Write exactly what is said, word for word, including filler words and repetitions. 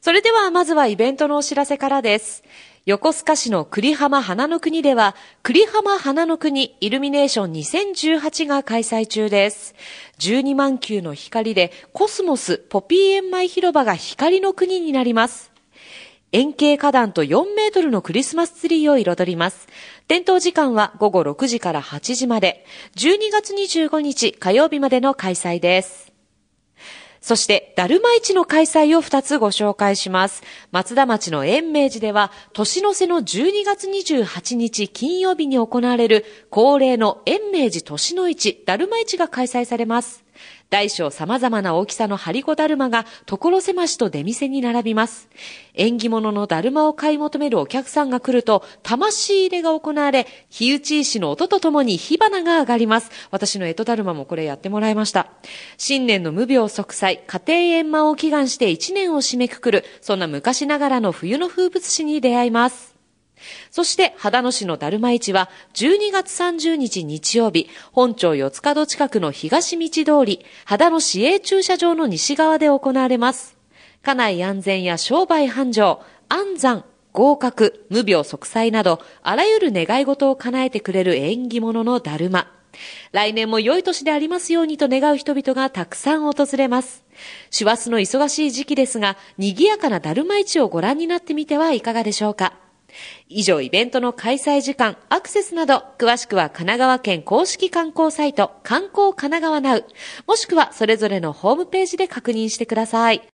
それではまずはイベントのお知らせからです。横須賀市の栗浜花の国では、栗浜花の国イルミネーションにせんじゅうはちが開催中です。じゅうにまんきゅうの光でコスモスポピー園前広場が光の国になります。円形花壇とよんメートルのクリスマスツリーを彩ります。点灯時間はごごろくじからはちじまで、じゅうにがつにじゅうごにち火曜日までの開催です。そして、だるま市の開催をふたつご紹介します。松田町の延明寺では、年の瀬のじゅうにがつにじゅうはちにち金曜日に行われる恒例の延明寺年の市だるま市が開催されます。大小様々な大きさの張り子だるまが所狭しと出店に並びます。縁起物のだるまを買い求めるお客さんが来ると、魂入れが行われ、火打ち石の音とともに火花が上がります。私の干支だるまもこれやってもらいました。新年の無病息災、家庭円満を祈願して一年を締めくくる、そんな昔ながらの冬の風物詩に出会います。そして、秦野市のだるま市は、じゅうにがつさんじゅうにち日曜日、本町四つ角近くの東道通り、秦野市営駐車場の西側で行われます。家内安全や商売繁盛、安産、合格、無病息災など、あらゆる願い事を叶えてくれる縁起物のだるま。来年も良い年でありますようにと願う人々がたくさん訪れます。師走の忙しい時期ですが、賑やかなだるま市をご覧になってみてはいかがでしょうか。以上、イベントの開催時間、アクセスなど、詳しくは神奈川県公式観光サイト、観光神奈川ナウ、もしくはそれぞれのホームページで確認してください。